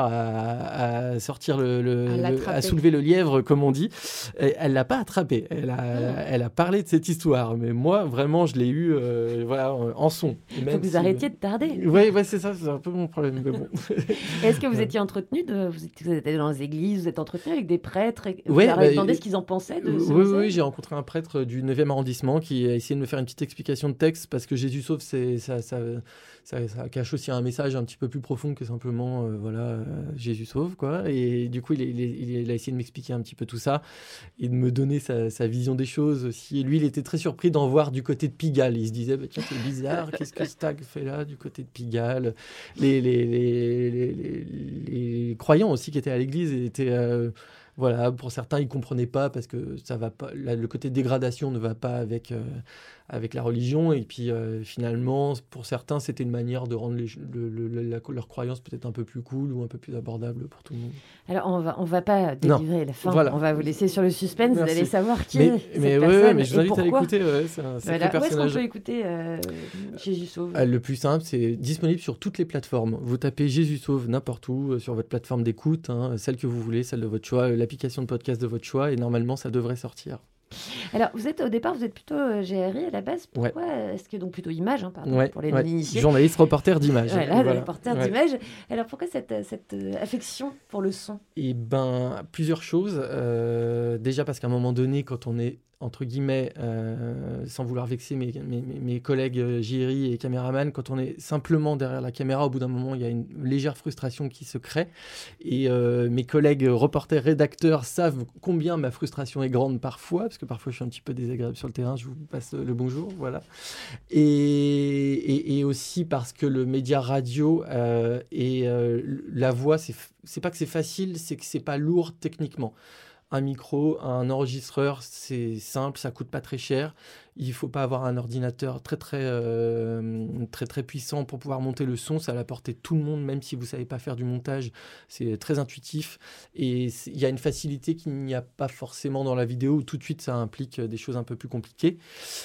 à, à sortir le, le, à, le, à soulever le lièvre, comme on dit. Et elle l'a pas attrapé. Elle a, mmh. elle a parlé de cette histoire. Mais moi, vraiment, je l'ai eu euh, voilà, en son. Il faut que vous si... arrêtiez de tarder. Oui, ouais, c'est ça, c'est un peu mon problème. Mais bon. Est-ce que vous étiez entretenu de... Vous êtes, vous êtes allé dans les églises, vous êtes entretenu avec des prêtres et... Vous ouais, leur avez bah, demandé ce qu'ils en pensaient de ce Oui, oui, oui, j'ai rencontré un prêtre du neuvième arrondissement qui a essayé de me faire une petite explication de texte parce que Jésus sauve, c'est, ça, ça, ça, ça cache aussi un message un petit peu plus profond que simplement euh, voilà, euh, Jésus sauve, quoi. Et du coup, il, il, il, il a essayé de m'expliquer un petit peu tout ça et de me donner sa, sa vision des choses aussi. Et lui, il était très surpris d'en voir du côté de Pigalle. Il se disait, bah, tiens, c'est bizarre, qu'est-ce que Stag fait là du côté de Pigalle? Les, les, les, les, les, les croyants aussi qui étaient à l'église étaient... Euh, Voilà, pour certains, ils ne comprenaient pas parce que ça va pas, la, le côté dégradation ne va pas avec, euh, avec la religion. Et puis, euh, finalement, pour certains, c'était une manière de rendre les, le, le, la, leur croyance peut-être un peu plus cool ou un peu plus abordable pour tout le monde. Alors, on va, on va pas délivrer non. la fin. Voilà. On va vous laisser sur le suspense. Merci. Vous allez savoir qui mais, est cette mais personne ouais, mais je vous invite et à l'écouter. Ouais, c'est un sacré voilà. personnage. Où est-ce qu'on peut écouter euh, Jésus Sauve? euh, Le plus simple, c'est disponible sur toutes les plateformes. Vous tapez Jésus Sauve n'importe où, euh, sur votre plateforme d'écoute, hein, celle que vous voulez, celle de votre choix, l'application de podcast de votre choix, et normalement, ça devrait sortir. Alors, vous êtes au départ, vous êtes plutôt euh, G R I à la base. Pourquoi ouais. est-ce que donc plutôt image, hein, pardon, ouais, pour les ouais. non-initiés. Journaliste, reporter d'image. Voilà, voilà. reporter ouais. d'image. Alors, pourquoi cette, cette euh, affection pour le son? Eh ben, plusieurs choses. Euh, déjà parce qu'à un moment donné, quand on est entre guillemets, euh, sans vouloir vexer mes, mes, mes collègues J R I et caméramans, quand on est simplement derrière la caméra, au bout d'un moment, il y a une légère frustration qui se crée. Et euh, mes collègues reporters, rédacteurs savent combien ma frustration est grande parfois, parce que parfois je suis un petit peu désagréable sur le terrain, je vous passe le bonjour, voilà. Et, et, et aussi parce que le média radio euh, et euh, la voix, c'est, c'est pas que c'est facile, c'est que c'est pas lourd techniquement. Un micro, un enregistreur, c'est simple, ça coûte pas très cher. Il faut pas avoir un ordinateur très très euh, très très puissant pour pouvoir monter le son. C'est à la portée de tout le monde, même si vous savez pas faire du montage. C'est très intuitif et il y a une facilité qu'il n'y a pas forcément dans la vidéo où tout de suite ça implique des choses un peu plus compliquées.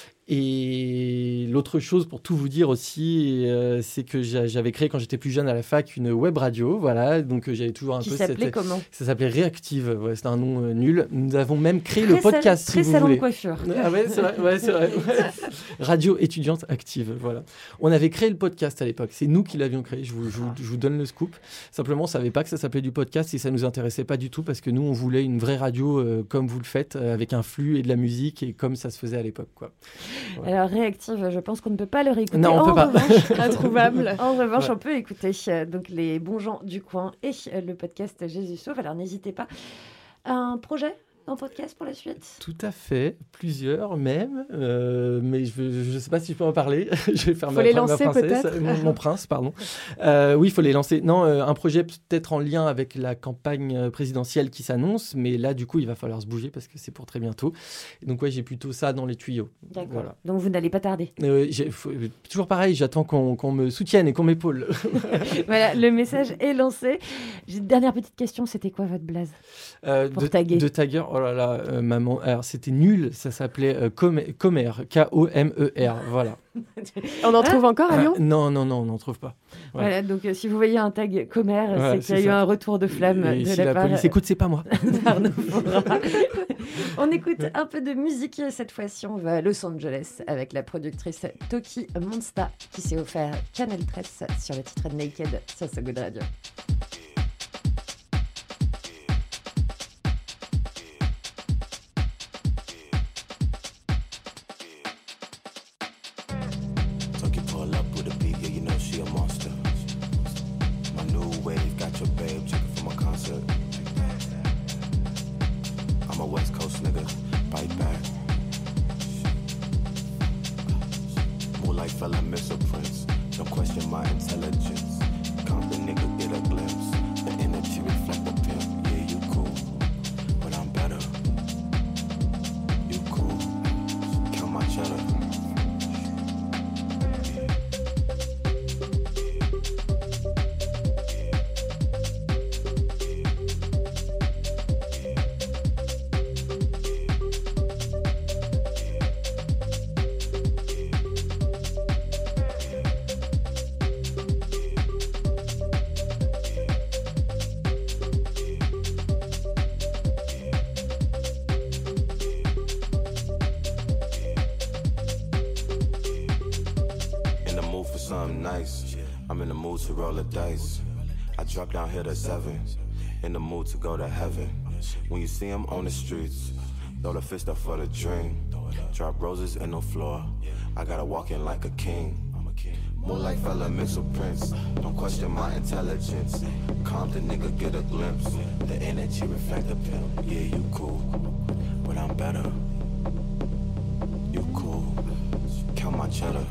Et l'autre chose, pour tout vous dire aussi, euh, c'est que j'avais créé quand j'étais plus jeune à la fac une web radio, voilà, donc euh, j'avais toujours un qui peu... Qui s'appelait cette... comment? Ça s'appelait Réactive, ouais, c'était un nom euh, nul. Nous avons même créé très le podcast, sal... si vous salon voulez. De coiffure. Ah ouais, c'est vrai, ouais, c'est vrai. Ouais. Radio étudiante active, voilà. On avait créé le podcast à l'époque, c'est nous qui l'avions créé, je vous, je, vous, je vous donne le scoop. Simplement, on ne savait pas que ça s'appelait du podcast et ça ne nous intéressait pas du tout parce que nous, on voulait une vraie radio euh, comme vous le faites, euh, avec un flux et de la musique et comme ça se faisait à l'époque, quoi. Ouais. Alors, Réactive, je pense qu'on ne peut pas le réécouter. Non, on en peut pas. Revanche, introuvable. En revanche, ouais. on peut écouter euh, donc les bons gens du coin et euh, le podcast Jésus Sauve. Alors, n'hésitez pas. Un projet en podcast pour la suite? Tout à fait, plusieurs même, euh, mais je ne sais pas si je peux en parler. Je vais faire faut ma, les ma lancer princesse, peut-être. mon, mon prince, pardon. Euh, oui, il faut les lancer. Non, euh, un projet peut-être en lien avec la campagne présidentielle qui s'annonce, mais là, du coup, il va falloir se bouger parce que c'est pour très bientôt. Et donc, ouais, j'ai plutôt ça dans les tuyaux. D'accord. Voilà. Donc, vous n'allez pas tarder. Euh, j'ai, faut, toujours pareil, j'attends qu'on, qu'on me soutienne et qu'on m'épaule. Voilà, le message est lancé. J'ai une dernière petite question, c'était quoi votre blaze euh, pour de, taguer de taguer, oh là là, euh, maman. Alors, c'était nul, ça s'appelait euh, Comer, K O M E R, voilà. On en trouve encore à Lyon? Ah, Non, non, non, on n'en trouve pas. Ouais. Voilà, donc euh, si vous voyez un tag Comer, Ouais, c'est qu'il c'est y a ça. eu un retour de flamme Et de si la, la part police écoute, c'est pas moi. d'Arnaud Faudra. On écoute un peu de musique cette fois-ci. On va à Los Angeles avec la productrice Toki Monsta qui s'est offert Channel treize sur le titre Naked sur So Good Radio. mood for something nice. I'm in the mood to roll the dice. I drop down here to seven. In the mood to go to heaven. When you see him on the streets, throw the fist up for the dream. Drop roses in the floor. I gotta walk in like a king. More like fella mixed with Prince. Don't question my intelligence. Compton nigga get a glimpse. The energy reflect the pimp. Yeah, you cool, but I'm better. You cool. Count my cheddar.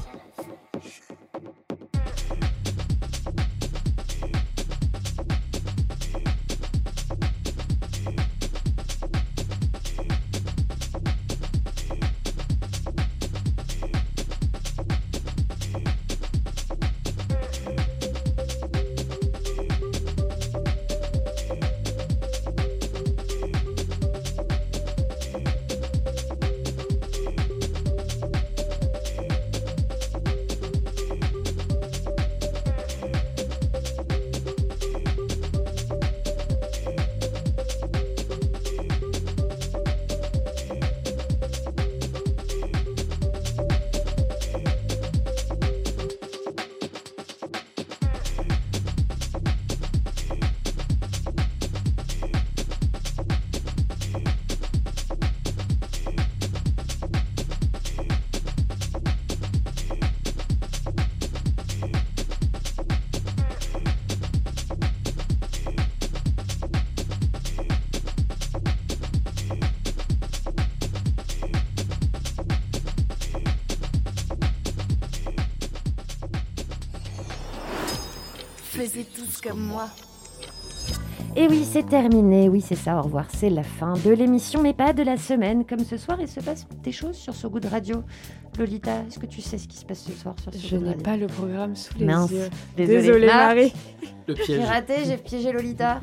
Faisez tous comme moi. Et oui, c'est terminé, oui c'est ça, au revoir, c'est la fin de l'émission, mais pas de la semaine. Comme ce soir, il se passe des choses sur So Good Radio. Lolita, est-ce que tu sais ce qui se passe ce soir sur So Je Good n'ai Radio? pas le programme sous les Mince. yeux. Désolée, Désolée Marie. Le piège. J'ai raté, j'ai piégé Lolita.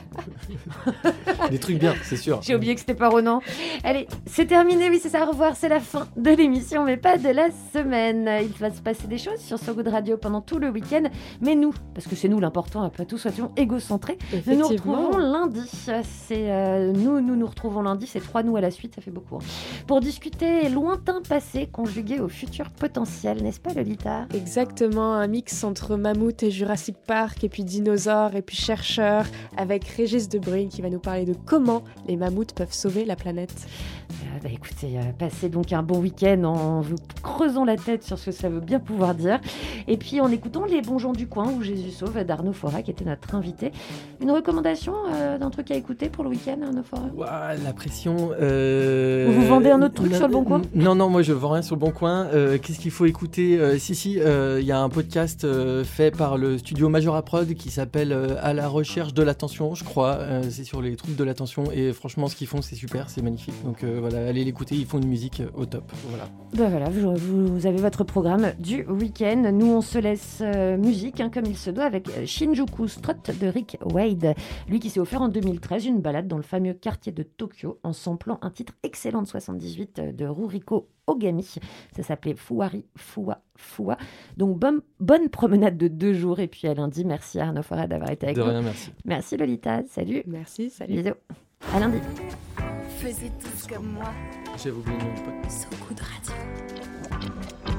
Des trucs bien, c'est sûr. J'ai oublié que c'était pas Ronan. Allez, c'est terminé, oui c'est ça, au revoir, c'est la fin de l'émission, mais pas de la semaine. Il va se passer des choses sur So Good Radio pendant tout le week-end, mais nous, parce que c'est nous l'important, après tout, soyons égocentrés, nous nous retrouvons lundi. C'est euh, nous, nous nous retrouvons lundi, c'est trois nous à la suite, ça fait beaucoup. Hein. Pour discuter lointain passé conjugué au futur potentiel, n'est-ce pas Lolita? Exactement, un mix entre Mammouth et Jurassic Park, et puis dinosaures, et puis chercheurs, avec Régis Debruyne qui va nous parler de comment les mammouths peuvent sauver la planète. Euh, bah écoutez, euh, passez donc un bon week-end en vous creusant la tête sur ce que ça veut bien pouvoir dire. Et puis en écoutant Les Bons gens du coin ou Jésus sauve d'Arnaud Fora qui était notre invité. Une recommandation euh, d'un truc à écouter pour le week-end, Arnaud Fora? Ouah, la pression. Euh... Vous vendez un autre truc euh, sur le Bon Coin? Non, non, moi je vends rien sur le Bon Coin. Euh, qu'est-ce qu'il faut écouter? euh, Si, si, il euh, y a un podcast euh, fait par le studio Majora Prod qui s'appelle euh, À la recherche de l'attention, je crois. Euh, c'est sur les troubles de l'attention et franchement, ce qu'ils font, c'est super, c'est magnifique. Donc euh, voilà, allez l'écouter, ils font une musique euh, au top. Voilà. Ben voilà, vous, vous avez votre programme du week-end. Nous, on se laisse euh, musique, hein, comme il se doit, avec Shinjuku Strut de Rick Wade. Lui qui s'est offert en deux mille treize une balade dans le fameux quartier de Tokyo en samplant un titre excellent de soixante-dix-huit de Ruriko Ogami. Ça s'appelait Fuwari Fuwa Fuwa. Donc bonne, bonne promenade de deux jours et puis à lundi. Merci Arnaud Fora d'avoir été avec De nous. rien, merci. Merci Lolita, salut. Merci, salut. Bisous. À lundi. Faisez tous comme moi. J'ai oublié mon pote. So Good Radio.